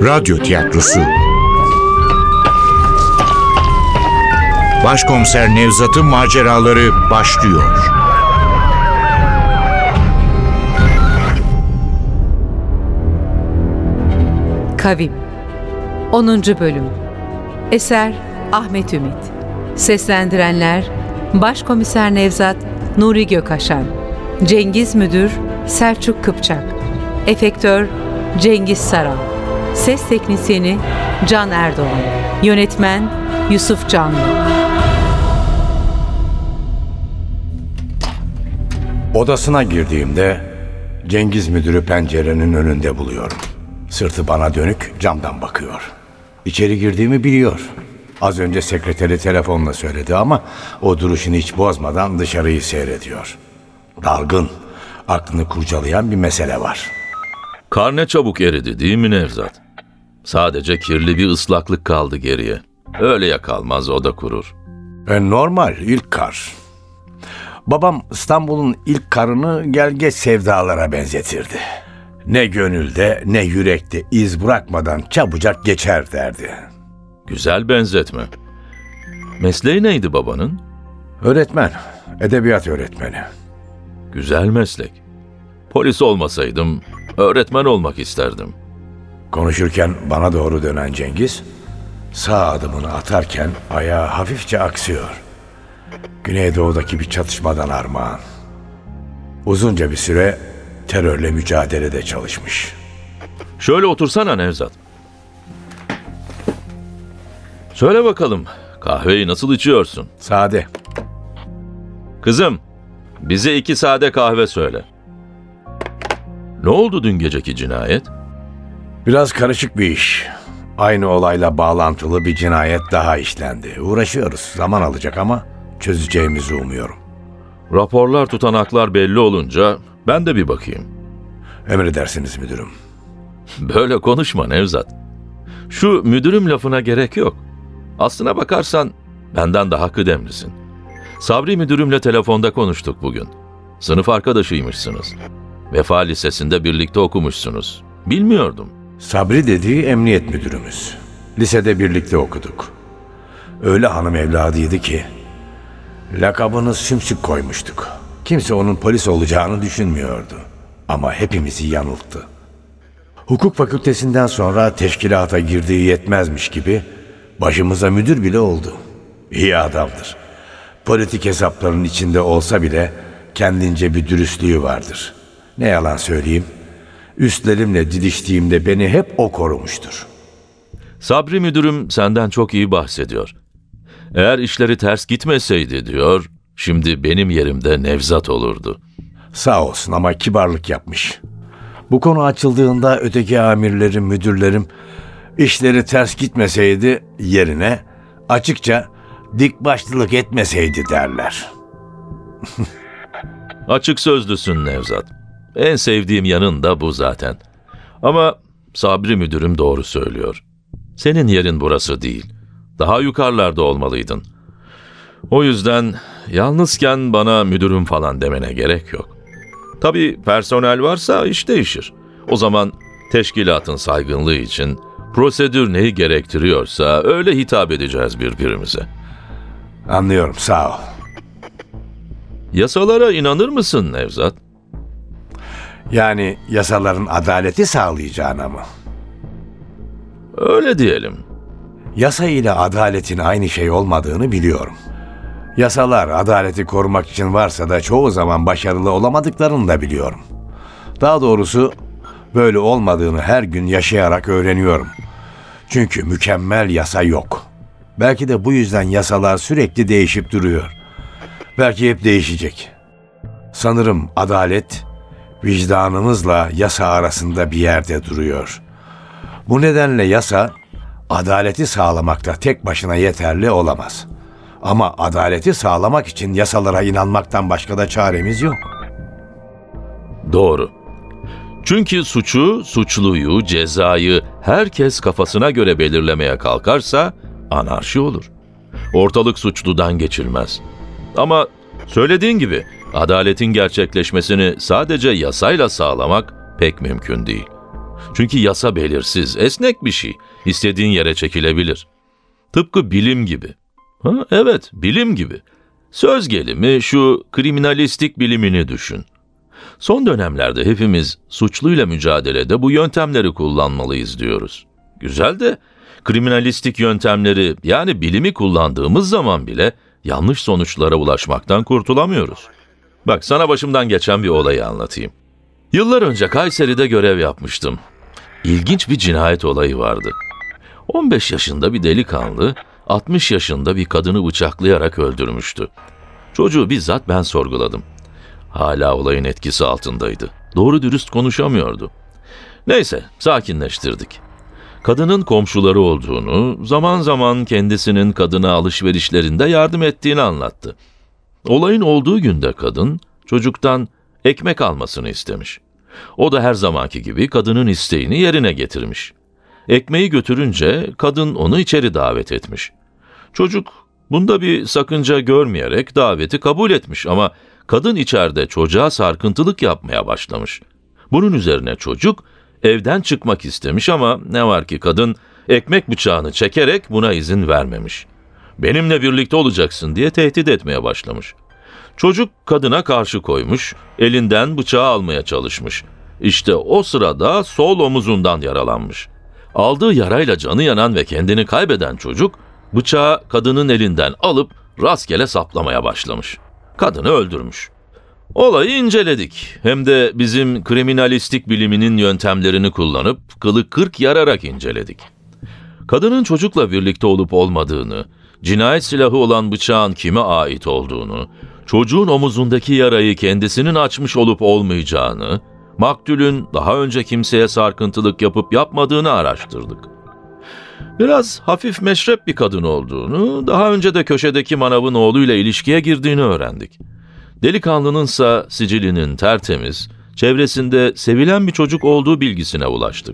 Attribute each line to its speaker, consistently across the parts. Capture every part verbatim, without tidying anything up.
Speaker 1: Radyo tiyatrosu. Başkomiser Nevzat'ın maceraları başlıyor.
Speaker 2: Kavim onuncu Bölüm. Eser Ahmet Ümit. Seslendirenler Başkomiser Nevzat Nuri Gökaşan, Cengiz Müdür Selçuk Kıpçak, Efektör Cengiz Saral, Ses Teknisyeni Can Erdoğan, Yönetmen Yusuf Canlı.
Speaker 3: Odasına girdiğimde Cengiz Müdür'ü pencerenin önünde buluyorum. Sırtı bana dönük, camdan bakıyor. İçeri girdiğimi biliyor. Az önce sekreteri telefonla söyledi ama o duruşunu hiç bozmadan dışarıyı seyrediyor. Dalgın, aklını kurcalayan bir mesele var.
Speaker 4: Kar ne çabuk eridi değil mi Nevzat? Sadece kirli bir ıslaklık kaldı geriye. Öyle ya kalmaz, o da kurur.
Speaker 3: E, normal, ilk kar. Babam İstanbul'un ilk karını gel geç sevdalara benzetirdi. Ne gönülde ne yürekte iz bırakmadan çabucak geçer derdi.
Speaker 4: Güzel benzetme. Mesleği neydi babanın?
Speaker 3: Öğretmen, edebiyat öğretmeni.
Speaker 4: Güzel meslek. Polis olmasaydım öğretmen olmak isterdim.
Speaker 3: Konuşurken bana doğru dönen Cengiz, sağ adımını atarken ayağı hafifçe aksıyor. Güneydoğu'daki bir çatışmadan armağan. Uzunca bir süre terörle mücadelede çalışmış.
Speaker 4: Şöyle otursana Nevzat. Söyle bakalım, kahveyi nasıl içiyorsun?
Speaker 3: Sade.
Speaker 4: Kızım, bize iki sade kahve söyle. Ne oldu dün geceki cinayet?
Speaker 3: Biraz karışık bir iş. Aynı olayla bağlantılı bir cinayet daha işlendi. Uğraşıyoruz. Zaman alacak ama çözeceğimizi umuyorum.
Speaker 4: Raporlar, tutanaklar belli olunca ben de bir bakayım.
Speaker 3: Emredersiniz müdürüm.
Speaker 4: Böyle konuşma Nevzat. Şu müdürüm lafına gerek yok. Aslına bakarsan benden daha kıdemlisin. Sabri müdürümle telefonda konuştuk bugün. Sınıf arkadaşıymışsınız. Vefa Lisesi'nde birlikte okumuşsunuz. Bilmiyordum.
Speaker 3: Sabri dediği emniyet müdürümüz. Lisede birlikte okuduk. Öyle hanım evladıydı ki lakabını sümsük koymuştuk. Kimse onun polis olacağını düşünmüyordu. Ama hepimizi yanılttı. Hukuk fakültesinden sonra teşkilata girdiği yetmezmiş gibi başımıza müdür bile oldu. İyi adamdır. Politik hesapların içinde olsa bile kendince bir dürüstlüğü vardır. Ne yalan söyleyeyim, üstlerimle didiştiğimde beni hep o korumuştur.
Speaker 4: Sabri müdürüm senden çok iyi bahsediyor. Eğer işleri ters gitmeseydi diyor, şimdi benim yerimde Nevzat olurdu.
Speaker 3: Sağ olsun ama kibarlık yapmış. Bu konu açıldığında öteki amirlerim, müdürlerim işleri ters gitmeseydi yerine açıkça dikbaşlılık etmeseydi derler.
Speaker 4: Açık sözlüsün Nevzat. En sevdiğim yanın da bu zaten. Ama Sabri müdürüm doğru söylüyor. Senin yerin burası değil. Daha yukarılarda olmalıydın. O yüzden yalnızken bana müdürüm falan demene gerek yok. Tabii personel varsa iş değişir. O zaman teşkilatın saygınlığı için prosedür neyi gerektiriyorsa öyle hitap edeceğiz birbirimize.
Speaker 3: Anlıyorum, sağ ol.
Speaker 4: Yasalara inanır mısın Nevzat?
Speaker 3: Yani yasaların adaleti sağlayacağına mı?
Speaker 4: Öyle diyelim.
Speaker 3: Yasa ile adaletin aynı şey olmadığını biliyorum. Yasalar adaleti korumak için varsa da çoğu zaman başarılı olamadıklarını da biliyorum. Daha doğrusu böyle olmadığını her gün yaşayarak öğreniyorum. Çünkü mükemmel yasa yok. Belki de bu yüzden yasalar sürekli değişip duruyor. Belki hep değişecek. Sanırım adalet vicdanımızla yasa arasında bir yerde duruyor. Bu nedenle yasa adaleti sağlamakta tek başına yeterli olamaz. Ama adaleti sağlamak için yasalara inanmaktan başka da çaremiz yok.
Speaker 4: Doğru. Çünkü suçu, suçluyu, cezayı herkes kafasına göre belirlemeye kalkarsa anarşi olur. Ortalık suçludan geçilmez. Ama söylediğin gibi adaletin gerçekleşmesini sadece yasayla sağlamak pek mümkün değil. Çünkü yasa belirsiz, esnek bir şey. İstediğin yere çekilebilir. Tıpkı bilim gibi. Ha, evet, bilim gibi. Söz gelimi şu kriminalistik bilimini düşün. Son dönemlerde hepimiz suçluyla mücadelede bu yöntemleri kullanmalıyız diyoruz. Güzel de kriminalistik yöntemleri, yani bilimi kullandığımız zaman bile yanlış sonuçlara ulaşmaktan kurtulamıyoruz. Bak, sana başımdan geçen bir olayı anlatayım. Yıllar önce Kayseri'de görev yapmıştım. İlginç bir cinayet olayı vardı. on beş yaşında bir delikanlı, altmış yaşında bir kadını bıçaklayarak öldürmüştü. Çocuğu bizzat ben sorguladım. Hala olayın etkisi altındaydı. Doğru dürüst konuşamıyordu. Neyse, sakinleştirdik. Kadının komşuları olduğunu, zaman zaman kendisinin kadına alışverişlerinde yardım ettiğini anlattı. Olayın olduğu günde kadın, çocuktan ekmek almasını istemiş. O da her zamanki gibi kadının isteğini yerine getirmiş. Ekmeği götürünce kadın onu içeri davet etmiş. Çocuk bunda bir sakınca görmeyerek daveti kabul etmiş ama kadın içeride çocuğa sarkıntılık yapmaya başlamış. Bunun üzerine çocuk evden çıkmak istemiş ama ne var ki kadın ekmek bıçağını çekerek buna izin vermemiş. Benimle birlikte olacaksın diye tehdit etmeye başlamış. Çocuk kadına karşı koymuş, elinden bıçağı almaya çalışmış. İşte o sırada sol omuzundan yaralanmış. Aldığı yarayla canı yanan ve kendini kaybeden çocuk, bıçağı kadının elinden alıp rastgele saplamaya başlamış. Kadını öldürmüş. Olayı inceledik. Hem de bizim kriminalistik biliminin yöntemlerini kullanıp kılı kırk yararak inceledik. Kadının çocukla birlikte olup olmadığını, cinayet silahı olan bıçağın kime ait olduğunu, çocuğun omuzundaki yarayı kendisinin açmış olup olmayacağını, maktulün daha önce kimseye sarkıntılık yapıp yapmadığını araştırdık. Biraz hafif meşrep bir kadın olduğunu, daha önce de köşedeki manavın oğluyla ilişkiye girdiğini öğrendik. Delikanlınınsa sicilinin tertemiz, çevresinde sevilen bir çocuk olduğu bilgisine ulaştık.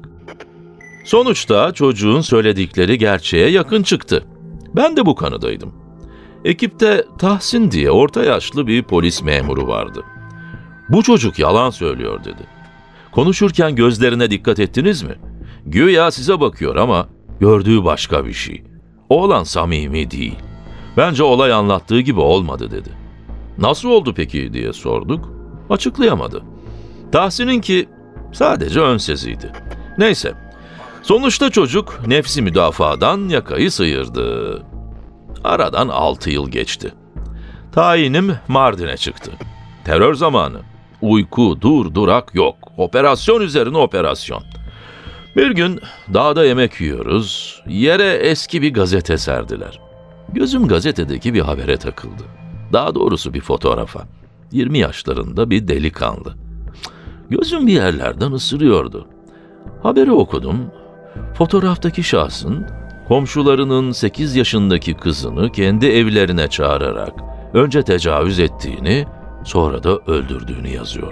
Speaker 4: Sonuçta çocuğun söyledikleri gerçeğe yakın çıktı. Ben de bu kanıdaydım. Ekipte Tahsin diye orta yaşlı bir polis memuru vardı. Bu çocuk yalan söylüyor dedi. Konuşurken gözlerine dikkat ettiniz mi? Güya size bakıyor ama gördüğü başka bir şey. Oğlan samimi değil. Bence olay anlattığı gibi olmadı dedi. Nasıl oldu peki diye sorduk. Açıklayamadı. Tahsin'inki sadece ön seziydi. Neyse. Sonuçta çocuk nefsi müdafadan yakayı sıyırdı. Aradan altı yıl geçti. Tayinim Mardin'e çıktı. Terör zamanı. Uyku, dur, durak yok. Operasyon üzerine operasyon. Bir gün dağda yemek yiyoruz. Yere eski bir gazete serdiler. Gözüm gazetedeki bir habere takıldı. Daha doğrusu bir fotoğrafa. yirmi yaşlarında bir delikanlı. Gözüm bir yerlerden ısırıyordu. Haberi okudum. Fotoğraftaki şahsın komşularının sekiz yaşındaki kızını kendi evlerine çağırarak önce tecavüz ettiğini, sonra da öldürdüğünü yazıyordu.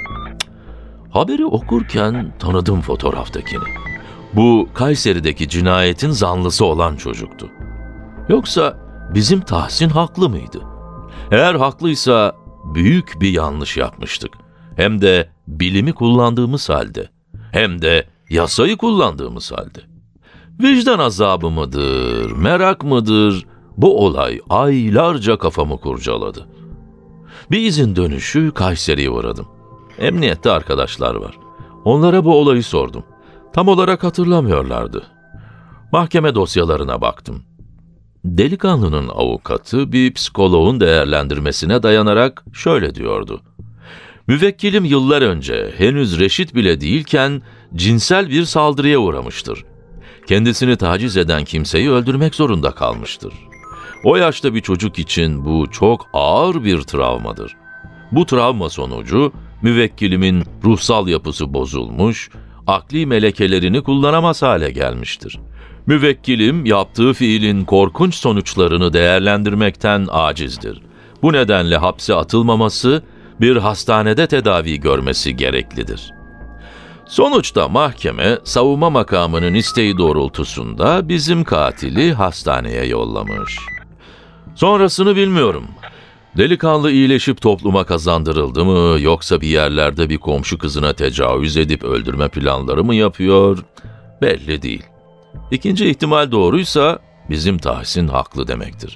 Speaker 4: Haberi okurken tanıdım fotoğraftakini. Bu Kayseri'deki cinayetin zanlısı olan çocuktu. Yoksa bizim Tahsin haklı mıydı? Eğer haklıysa büyük bir yanlış yapmıştık. Hem de bilimi kullandığımız halde. Hem de yasayı kullandığımız halde. Vicdan azabı mıdır, merak mıdır? Bu olay aylarca kafamı kurcaladı. Bir izin dönüşü Kayseri'ye uğradım. Emniyette arkadaşlar var. Onlara bu olayı sordum. Tam olarak hatırlamıyorlardı. Mahkeme dosyalarına baktım. Delikanlının avukatı bir psikoloğun değerlendirmesine dayanarak şöyle diyordu. Müvekkilim yıllar önce henüz reşit bile değilken cinsel bir saldırıya uğramıştır. Kendisini taciz eden kimseyi öldürmek zorunda kalmıştır. O yaşta bir çocuk için bu çok ağır bir travmadır. Bu travma sonucu müvekkilimin ruhsal yapısı bozulmuş, akli melekelerini kullanamaz hale gelmiştir. Müvekkilim yaptığı fiilin korkunç sonuçlarını değerlendirmekten acizdir. Bu nedenle hapse atılmaması, bir hastanede tedavi görmesi gereklidir. Sonuçta mahkeme savunma makamının isteği doğrultusunda bizim katili hastaneye yollamış. Sonrasını bilmiyorum. Delikanlı iyileşip topluma kazandırıldı mı, yoksa bir yerlerde bir komşu kızına tecavüz edip öldürme planları mı yapıyor? Belli değil. İkinci ihtimal doğruysa bizim Tahsin haklı demektir.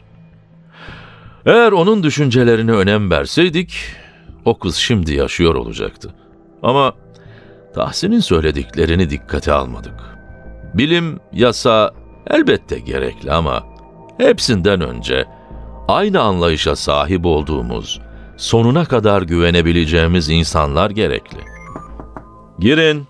Speaker 4: Eğer onun düşüncelerine önem verseydik, o kız şimdi yaşıyor olacaktı. Ama Tahsin'in söylediklerini dikkate almadık. Bilim, yasa elbette gerekli ama hepsinden önce aynı anlayışa sahip olduğumuz, sonuna kadar güvenebileceğimiz insanlar gerekli. Girin.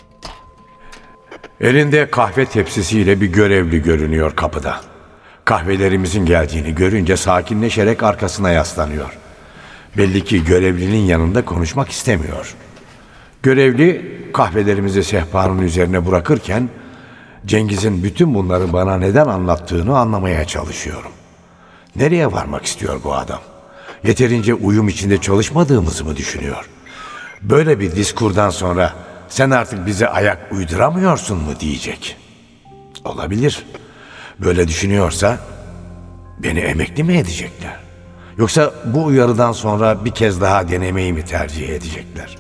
Speaker 3: Elinde kahve tepsisiyle bir görevli görünüyor kapıda. Kahvelerimizin geldiğini görünce sakinleşerek arkasına yaslanıyor. Belli ki görevlinin yanında konuşmak istemiyor. Görevli kahvelerimizi sehpanın üzerine bırakırken Cengiz'in bütün bunları bana neden anlattığını anlamaya çalışıyorum. Nereye varmak istiyor bu adam? Yeterince uyum içinde çalışmadığımızı mı düşünüyor? Böyle bir diskurdan sonra sen artık bize ayak uyduramıyorsun mu diyecek. Olabilir. Böyle düşünüyorsa beni emekli mi edecekler? Yoksa bu uyarıdan sonra bir kez daha denemeyi mi tercih edecekler?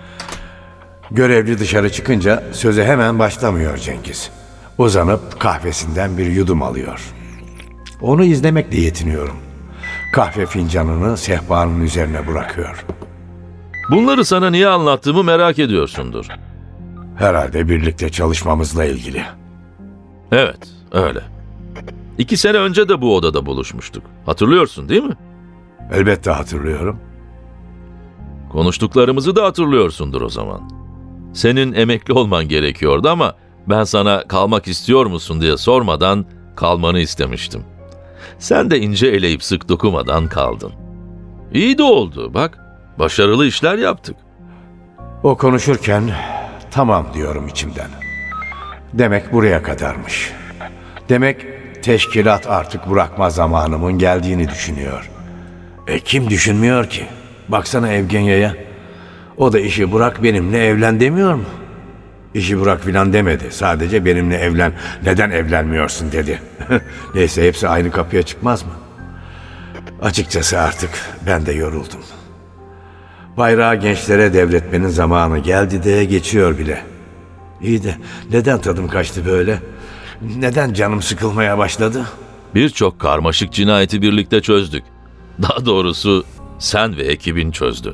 Speaker 3: Görevli dışarı çıkınca söze hemen başlamıyor Cengiz. Uzanıp kahvesinden bir yudum alıyor. Onu izlemekle yetiniyorum. Kahve fincanını sehpanın üzerine bırakıyor.
Speaker 4: Bunları sana niye anlattığımı merak ediyorsundur.
Speaker 3: Herhalde birlikte çalışmamızla ilgili.
Speaker 4: Evet, öyle. İki sene önce de bu odada buluşmuştuk. Hatırlıyorsun değil mi?
Speaker 3: Elbette hatırlıyorum.
Speaker 4: Konuştuklarımızı da hatırlıyorsundur o zaman. Senin emekli olman gerekiyordu ama ben sana kalmak istiyor musun diye sormadan kalmanı istemiştim. Sen de ince eleyip sık dokumadan kaldın. İyi de oldu bak. Başarılı işler yaptık.
Speaker 3: O konuşurken tamam diyorum içimden. Demek buraya kadarmış. Demek teşkilat artık bırakma zamanımın geldiğini düşünüyor. E kim düşünmüyor ki? Baksana Evgenya'ya. O da işi bırak benimle evlen demiyor mu? İşi bırak filan demedi. Sadece benimle evlen. Neden evlenmiyorsun dedi. Neyse hepsi aynı kapıya çıkmaz mı? Açıkçası artık ben de yoruldum. Bayrağı gençlere devretmenin zamanı geldi de geçiyor bile. İyi de neden tadım kaçtı böyle? Neden canım sıkılmaya başladı?
Speaker 4: Birçok karmaşık cinayeti birlikte çözdük. Daha doğrusu sen ve ekibin çözdü.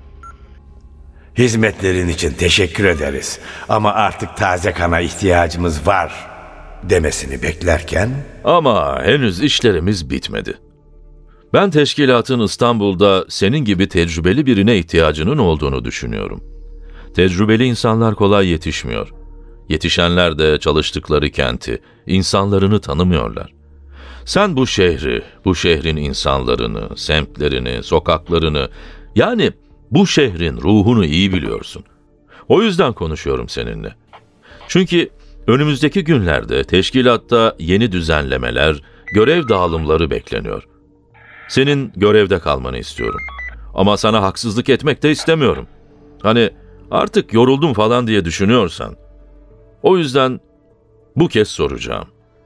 Speaker 3: Hizmetlerin için teşekkür ederiz. Ama artık taze kana ihtiyacımız var demesini beklerken...
Speaker 4: Ama henüz işlerimiz bitmedi. Ben teşkilatın İstanbul'da senin gibi tecrübeli birine ihtiyacının olduğunu düşünüyorum. Tecrübeli insanlar kolay yetişmiyor. Yetişenler de çalıştıkları kenti, insanlarını tanımıyorlar. Sen bu şehri, bu şehrin insanlarını, semtlerini, sokaklarını, yani bu şehrin ruhunu iyi biliyorsun. O yüzden konuşuyorum seninle. Çünkü önümüzdeki günlerde teşkilatta yeni düzenlemeler, görev dağılımları bekleniyor. Senin görevde kalmanı istiyorum. Ama sana haksızlık etmek de istemiyorum. Hani artık yoruldum falan diye düşünüyorsan. O yüzden bu kez soracağım.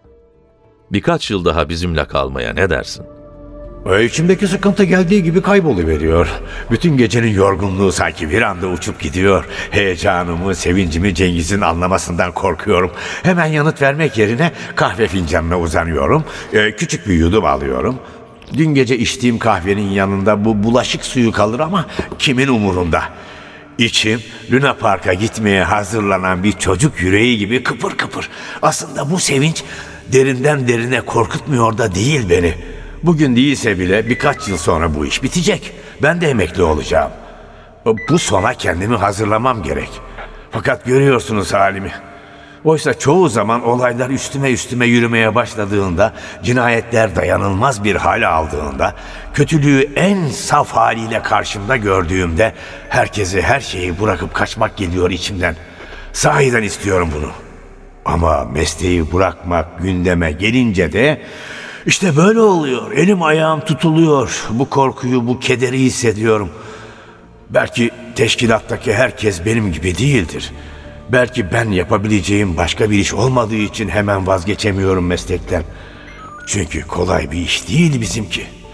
Speaker 4: Birkaç yıl daha bizimle kalmaya ne dersin?
Speaker 3: O içimdeki sıkıntı geldiği gibi kayboluveriyor. Bütün gecenin yorgunluğu sanki bir anda uçup gidiyor. Heyecanımı, sevincimi Cengiz'in anlamasından korkuyorum. Hemen yanıt vermek yerine kahve fincanına uzanıyorum. Ee, küçük bir yudum alıyorum. Dün gece içtiğim kahvenin yanında bu bulaşık suyu kalır ama kimin umurunda? İçim Luna Park'a gitmeye hazırlanan bir çocuk yüreği gibi kıpır kıpır. Aslında bu sevinç derinden derine korkutmuyor da değil beni. Bugün değilse bile birkaç yıl sonra bu iş bitecek. Ben de emekli olacağım. Bu sona kendimi hazırlamam gerek. Fakat görüyorsunuz halimi. Oysa çoğu zaman olaylar üstüme üstüme yürümeye başladığında, cinayetler dayanılmaz bir hale aldığında, kötülüğü en saf haliyle karşımda gördüğümde herkesi, her şeyi bırakıp kaçmak geliyor içimden. Sahiden istiyorum bunu. Ama mesleği bırakmak gündeme gelince de işte böyle oluyor. Elim ayağım tutuluyor. Bu korkuyu, bu kederi hissediyorum. Belki teşkilattaki herkes benim gibi değildir. Belki ben yapabileceğim başka bir iş olmadığı için hemen vazgeçemiyorum meslekten. Çünkü kolay bir iş değil bizimki.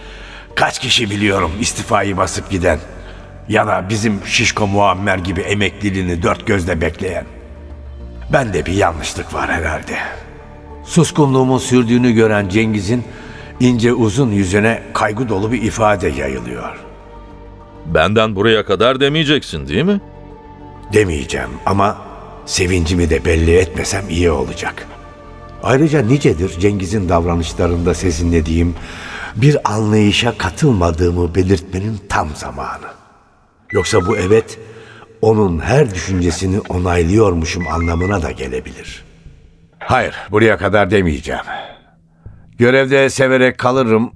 Speaker 3: Kaç kişi biliyorum istifayı basıp giden ya da bizim Şişko Muammer gibi emekliliğini dört gözle bekleyen. Bende bir yanlışlık var herhalde. Suskunluğumun sürdüğünü gören Cengiz'in ince uzun yüzüne kaygı dolu bir ifade yayılıyor.
Speaker 4: Benden buraya kadar demeyeceksin değil mi?
Speaker 3: Demeyeceğim ama sevincimi de belli etmesem iyi olacak. Ayrıca nicedir Cengiz'in davranışlarında sezinlediğim bir anlayışa katılmadığımı belirtmenin tam zamanı. Yoksa bu evet onun her düşüncesini onaylıyormuşum anlamına da gelebilir. Hayır, buraya kadar demeyeceğim. Görevde severek kalırım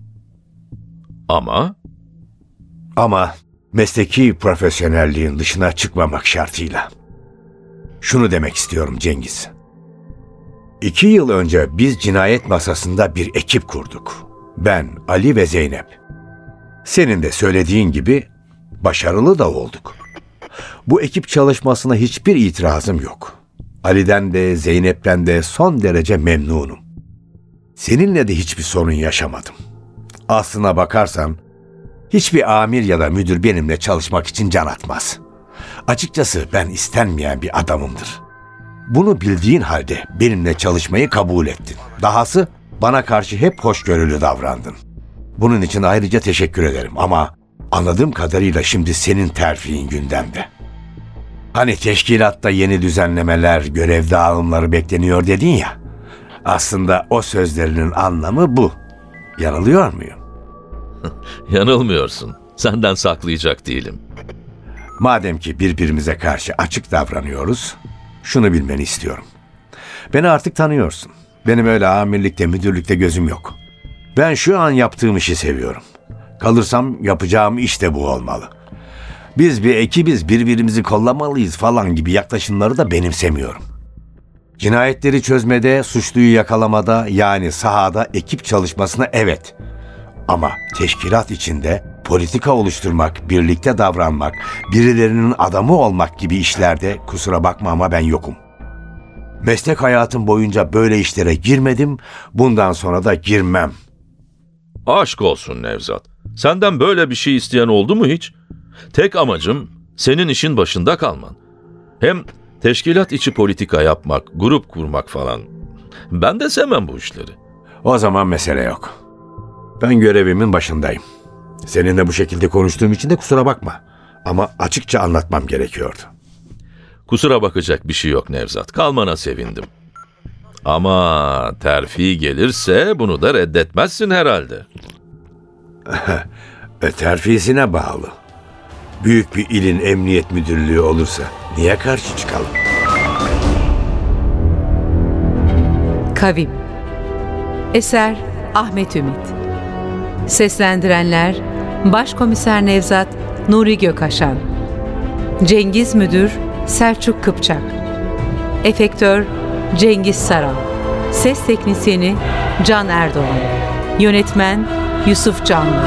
Speaker 4: Ama
Speaker 3: ama mesleki profesyonelliğin dışına çıkmamak şartıyla. Şunu demek istiyorum Cengiz. İki yıl önce biz cinayet masasında bir ekip kurduk. Ben, Ali ve Zeynep. Senin de söylediğin gibi başarılı da olduk. Bu ekip çalışmasına hiçbir itirazım yok. Ali'den de Zeynep'ten de son derece memnunum. Seninle de hiçbir sorun yaşamadım. Aslına bakarsan hiçbir amir ya da müdür benimle çalışmak için can atmaz. Açıkçası ben istenmeyen bir adamımdır. Bunu bildiğin halde benimle çalışmayı kabul ettin. Dahası bana karşı hep hoşgörülü davrandın. Bunun için ayrıca teşekkür ederim ama anladığım kadarıyla şimdi senin terfiin gündemde. Hani teşkilatta yeni düzenlemeler, görev dağılımları bekleniyor dedin ya. Aslında o sözlerinin anlamı bu. Yanılıyor muyum?
Speaker 4: yanılmıyorsun. Senden saklayacak değilim.
Speaker 3: Madem ki birbirimize karşı açık davranıyoruz, şunu bilmeni istiyorum. Beni artık tanıyorsun. Benim öyle amirlikte, müdürlükte gözüm yok. Ben şu an yaptığım işi seviyorum. Kalırsam yapacağım iş de bu olmalı. Biz bir ekibiz, birbirimizi kollamalıyız falan gibi yaklaşımları da benimsemiyorum. Cinayetleri çözmede, suçluyu yakalamada yani sahada ekip çalışmasına evet. Ama teşkilat içinde politika oluşturmak, birlikte davranmak, birilerinin adamı olmak gibi işlerde kusura bakma ama ben yokum. Meslek hayatım boyunca böyle işlere girmedim, bundan sonra da girmem.
Speaker 4: Aşk olsun Nevzat. Senden böyle bir şey isteyen oldu mu hiç? Tek amacım senin işin başında kalman. Hem teşkilat içi politika yapmak, grup kurmak falan. Ben de sevmem bu işleri.
Speaker 3: O zaman mesele yok. Ben görevimin başındayım. Seninle bu şekilde konuştuğum için de kusura bakma. Ama açıkça anlatmam gerekiyordu.
Speaker 4: Kusura bakacak bir şey yok Nevzat. Kalmana sevindim. Ama terfi gelirse bunu da reddetmezsin herhalde.
Speaker 3: e, terfisine bağlı. Büyük bir ilin emniyet müdürlüğü olursa niye karşı çıkalım?
Speaker 2: Kavim. Eser Ahmet Ümit. Seslendirenler Başkomiser Nevzat Nuri Gökaşan, Cengiz Müdür Selçuk Kıpçak, Efektör Cengiz Saral, Ses Teknisyeni Can Erdoğan, Yönetmen Yusuf Canlı.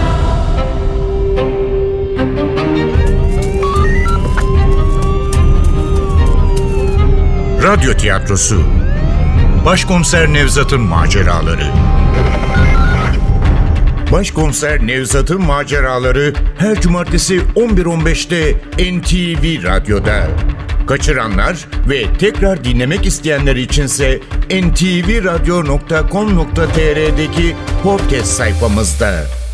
Speaker 1: Radyo tiyatrosu Başkomiser Nevzat'ın maceraları. Başkomiser Nevzat'ın maceraları her cumartesi on bir on beşte N T V Radyo'da. Kaçıranlar ve tekrar dinlemek isteyenler içinse en ti vi radyo nokta com nokta tr''deki podcast sayfamızda.